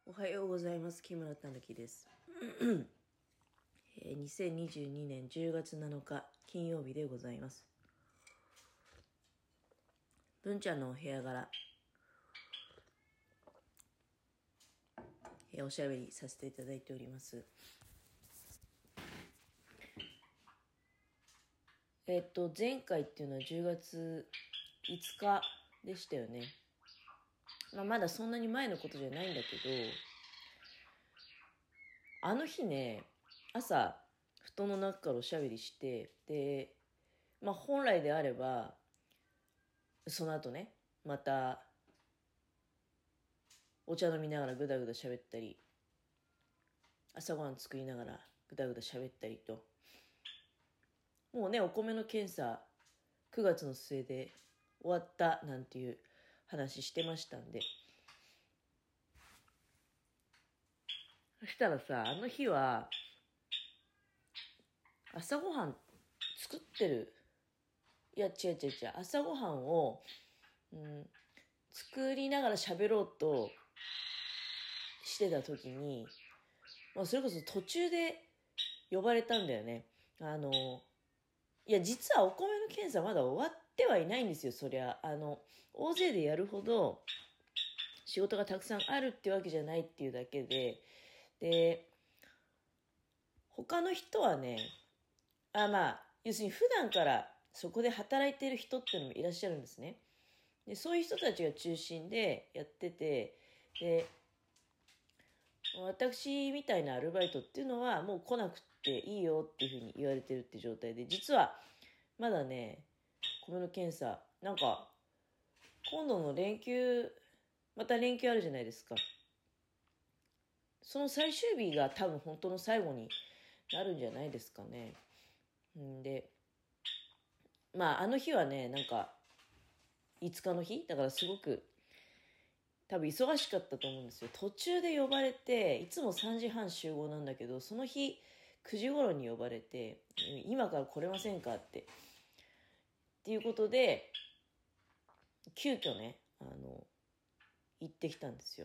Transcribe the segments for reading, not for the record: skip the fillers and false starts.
おはようございます。木村たぬきです。2022年10月7日金曜日でございます。文ちゃんのお部屋柄、おしゃべりさせていただいております。前回っていうのは10月5日でしたよね。まだそんなに前のことじゃないんだけど、あの日ね、朝布団の中からおしゃべりして、で、本来であればその後ね、またお茶飲みながらぐだぐだ喋ったり、朝ごはん作りながらぐだぐだ喋ったりと、もうね、お米の検査9月の末で終わったなんていう話してましたんで、そしたらさ、あの日は朝ごはん作ってる、いや違う違う違う、朝ごはんを、作りながら喋ろうとしてた時に、それこそ途中で呼ばれたんだよね。いや実はお米の検査まだ終わってはいないんですよ。そりゃ大勢でやるほど仕事がたくさんあるってわけじゃないっていうだけで他の人はね、要するに普段からそこで働いている人っていうのもいらっしゃるんですね。でそういう人たちが中心でやってて、で私みたいなアルバイトっていうのはもう来なくていいよっていうふうに言われてるって状態で、実はまだね、米の検査今度の連休、また連休あるじゃないですか。その最終日が多分本当の最後になるんじゃないですかね。であの日はね、5日の日だからすごく多分忙しかったと思うんですよ。途中で呼ばれて、いつも3時半集合なんだけど、その日9時頃に呼ばれて、今から来れませんかっていうことで急遽ね、行ってきたんですよ。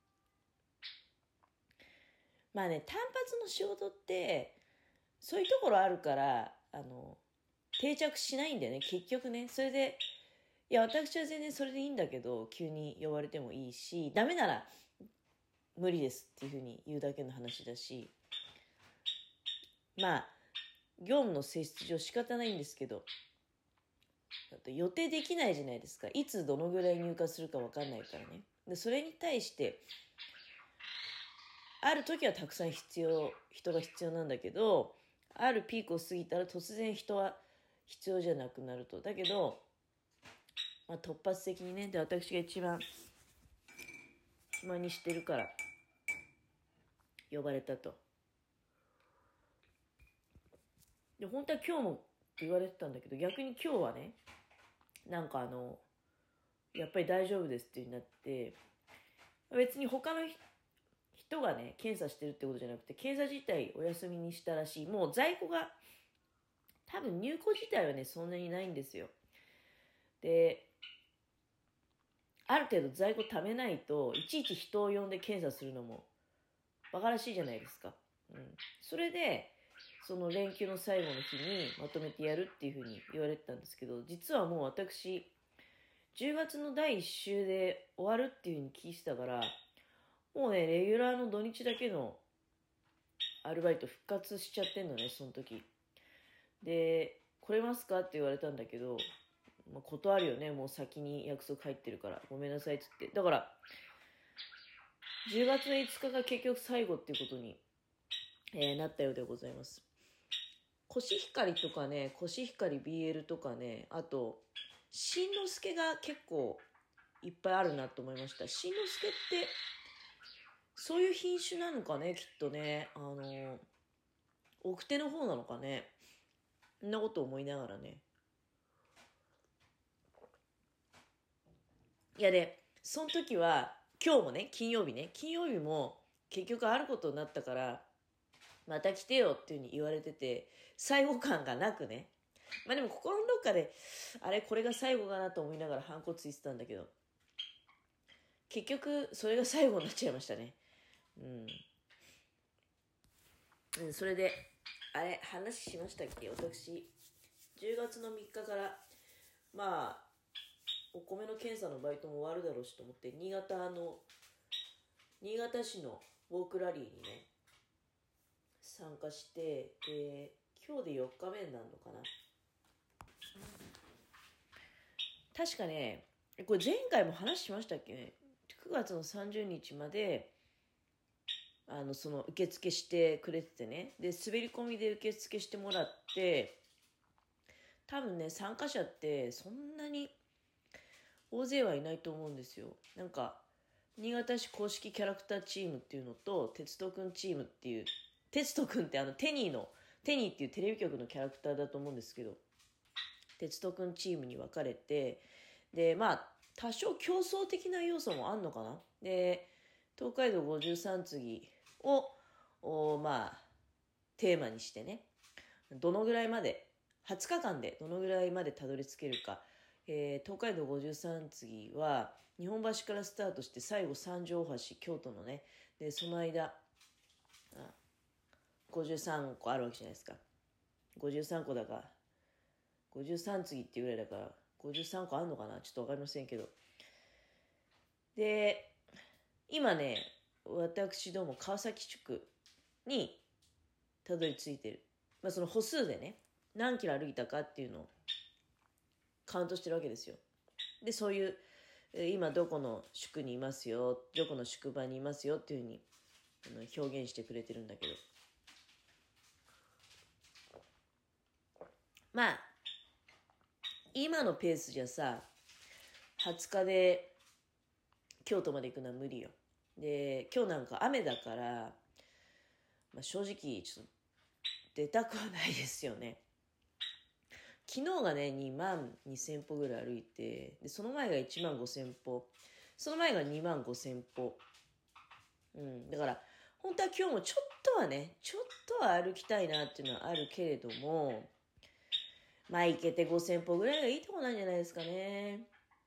単発の仕事ってそういうところあるから定着しないんだよね、結局ね。それでいや私は全然それでいいんだけど、急に呼ばれてもいいし、ダメなら無理ですっていうふうに言うだけの話だし、業務の性質上仕方ないんですけど、だって予定できないじゃないですか。いつどのぐらい入荷するか分かんないからね。でそれに対してある時はたくさん人が必要なんだけど、あるピークを過ぎたら突然人は必要じゃなくなると。だけど、突発的にね、で私が一番暇にしてるから呼ばれたと。で本当は今日もって言われてたんだけど、逆に今日はね、やっぱり大丈夫ですっていう風になって、別に他の人がね検査してるってことじゃなくて、検査自体お休みにしたらしい。もう在庫が多分入庫自体はねそんなにないんですよ。である程度在庫貯めないと、いちいち人を呼んで検査するのもバカらしいじゃないですか。それでその連休の最後の日にまとめてやるっていうふうに言われてたんですけど、実はもう私10月の第1週で終わるっていうふうに聞いてたから、もうねレギュラーの土日だけのアルバイト復活しちゃってんのね、その時で。来れますかって言われたんだけど、断るよね、もう先に約束入ってるからごめんなさいっつって。だから10月の5日が結局最後っていうことに、なったようでございます。コシヒカリとかね、コシヒカリ BL とかね、あとしんのすけが結構いっぱいあるなと思いました。しんのすけってそういう品種なのかね、きっとね。奥手の方なのかね。そんなこと思いながらね。いやで、その時は今日もね、金曜日も結局あることになったからまた来てよっていう風に言われてて、最後感がなくね。でも心のどっかであれこれが最後かなと思いながらハンコついてたんだけど、結局それが最後になっちゃいましたね。 それで、あれ、話しましたっけ？私、10月の3日から、まあ、お米の検査のバイトも終わるだろうしと思って、新潟市のウォークラリーにね、参加して、今日で4日目になるのかな。確かね、これ前回も話しましたっけね。9月の30日まで、その受付してくれててね。で、滑り込みで受付してもらって、多分ね、参加者ってそんなに大勢はいないと思うんですよ。なんか、新潟市公式キャラクターチームっていうのと、鉄人くんチームっていう、鉄人くんってテニーっていうテレビ局のキャラクターだと思うんですけど、鉄人くんチームに分かれて、で、まあ、多少競争的な要素もあんのかな。で、東海道53次を、まあ、テーマにしてね、どのぐらいまで、20日間でどのぐらいまでたどり着けるか。東海道53次は、日本橋からスタートして最後三条大橋、京都のね、で、その間、53個あるわけじゃないですか。53個だから、53次っていうぐらいだから、53個あるのかなちょっとわかりませんけど。で、今ね、私ども川崎宿にたどり着いてる。まあその歩数でね、何キロ歩いたかっていうのをカウントしてるわけですよ。で、そういう、今どこの宿にいますよ、どこの宿場にいますよっていうふうに表現してくれてるんだけど。まあ、今のペースじゃさ、20日で京都まで行くのは無理よ。で、今日なんか雨だから、まあ、正直ちょっと出たくはないですよね。昨日がね、2万2000歩ぐらい歩いて、で、その前が1万5000歩、その前が2万5000歩。だから、本当は今日もちょっとはね、ちょっとは歩きたいなっていうのはあるけれども、まあ行けて5000歩ぐらいがいいとこなんじゃないですかね。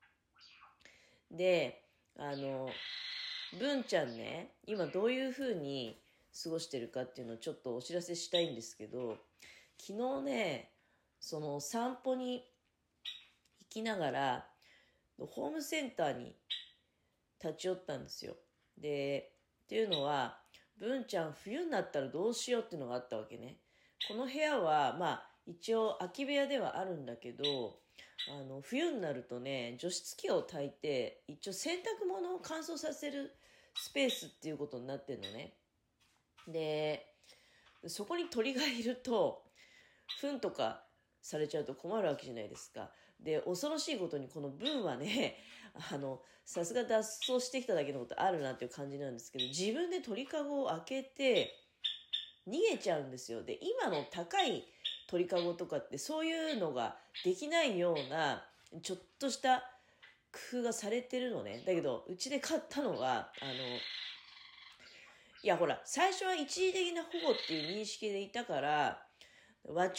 で、文ちゃんね、今どういう風に過ごしてるかっていうのをちょっとお知らせしたいんですけど、昨日ね、その散歩に行きながら、ホームセンターに立ち寄ったんですよ。で、っていうのは、文ちゃん冬になったらどうしようっていうのがあったわけね。この部屋は、まあ、一応空き部屋ではあるんだけど、冬になるとね、除湿機を焚いて、一応洗濯物を乾燥させるスペースっていうことになってるのね。で、そこに鳥がいると、糞とかされちゃうと困るわけじゃないですか。で、恐ろしいことにこの文はね、さすが脱走してきただけのことあるなっていう感じなんですけど、自分で鳥かごを開けて逃げちゃうんですよ。で、今の高い鳥かごとかってそういうのができないようなちょっとした工夫がされてるのね。だけどうちで買ったのはいやほら最初は一時的な保護っていう認識でいたから和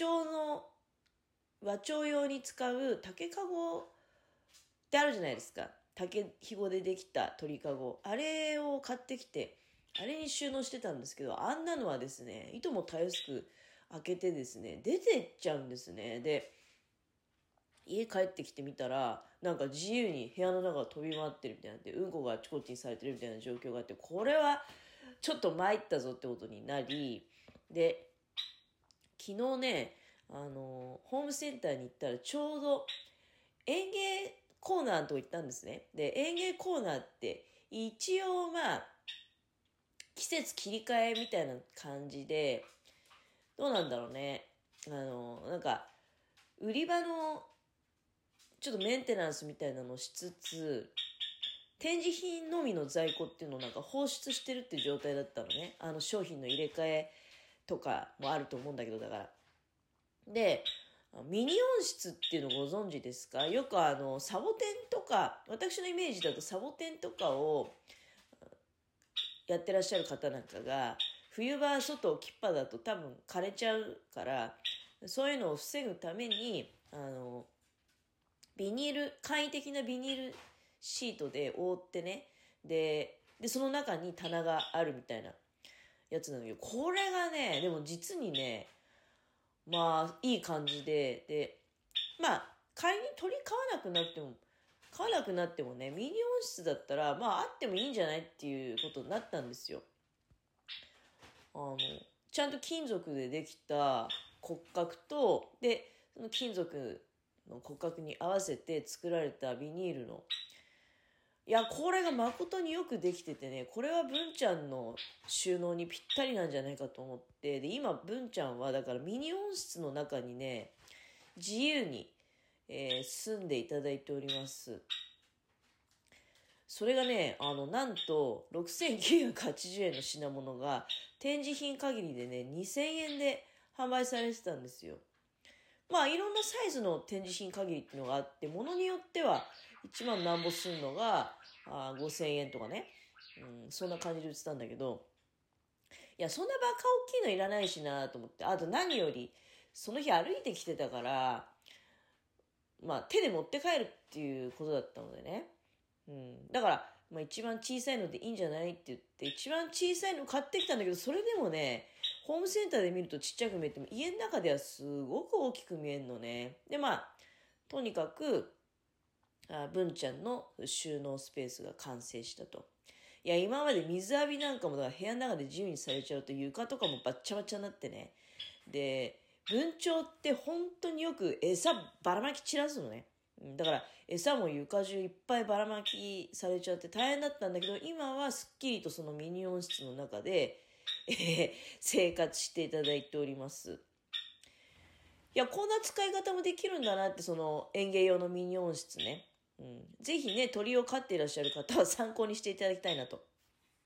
鳥用に使う竹かごってあるじゃないですか。竹ひごでできた鳥かご、あれを買ってきてあれに収納してたんですけど、あんなのはですね、いともたやすく開けてですね、出てっちゃうんですね。で、家帰ってきてみたら、なんか自由に部屋の中を飛び回ってるみたいになって、うんこがあちこちにされてるみたいな状況があって、これはちょっと参ったぞってことになり、で、昨日ね、ホームセンターに行ったらちょうど園芸コーナーのとこ行ったんですね。で、園芸コーナーって一応まあ、季節切り替えみたいな感じで、どうなんだろうね。なんか、売り場のちょっとメンテナンスみたいなのをしつつ、展示品のみの在庫っていうのをなんか放出してるっていう状態だったのね。商品の入れ替えとかもあると思うんだけど、だから。で、ミニ温室っていうのご存知ですか？よくサボテンとか、私のイメージだとサボテンとかをやってらっしゃる方なんかが、冬場外を切っぱだと多分枯れちゃうから、そういうのを防ぐために、簡易的なビニールシートで覆ってね、で、 で、その中に棚があるみたいなやつなんだけど、これがね、でも実にね、まあ、いい感じで、まあ、仮に鳥買わなくなってもね、ミニ温室だったら、まあ、あってもいいんじゃないっていうことになったんですよ。ちゃんと金属でできた骨格と、で、その金属の骨格に合わせて作られたビニールの、いや、これが誠によくできててね、これは文ちゃんの収納にぴったりなんじゃないかと思って、で、今、文ちゃんは、だからミニ温室の中にね、自由に、住んでいただいております。それがね、なんと、6980円の品物が、展示品限りでね、2000円で販売されてたんですよ。まあ、いろんなサイズの展示品限りっていうのがあって、ものによっては、1万なんぼすんのが、5000円とかね、そんな感じで売ってたんだけど、いや、そんなバカ大きいのいらないしなと思って、あと何より、その日歩いてきてたから、まあ、手で持って帰るっていうことだったのでね。だから、まあ、一番小さいのでいいんじゃないって言って、一番小さいの買ってきたんだけど、それでもね、ホームセンターで見るとちっちゃく見えても、家の中ではすごく大きく見えるのね。で、まあ、とにかく、文ちゃんの収納スペースが完成したと。いや、今まで水浴びなんかもだから部屋の中で自由にされちゃうと床とかもバッチャバチャになってね。で、文鳥って本当によく餌ばらまき散らすのね。だから餌も床中いっぱいばらまきされちゃって大変だったんだけど、今はすっきりとそのミニ温室の中で、生活していただいております。いや、こんな使い方もできるんだなって、その園芸用のミニ温室ね。ぜひね、鳥を飼っていらっしゃる方は参考にしていただきたいなと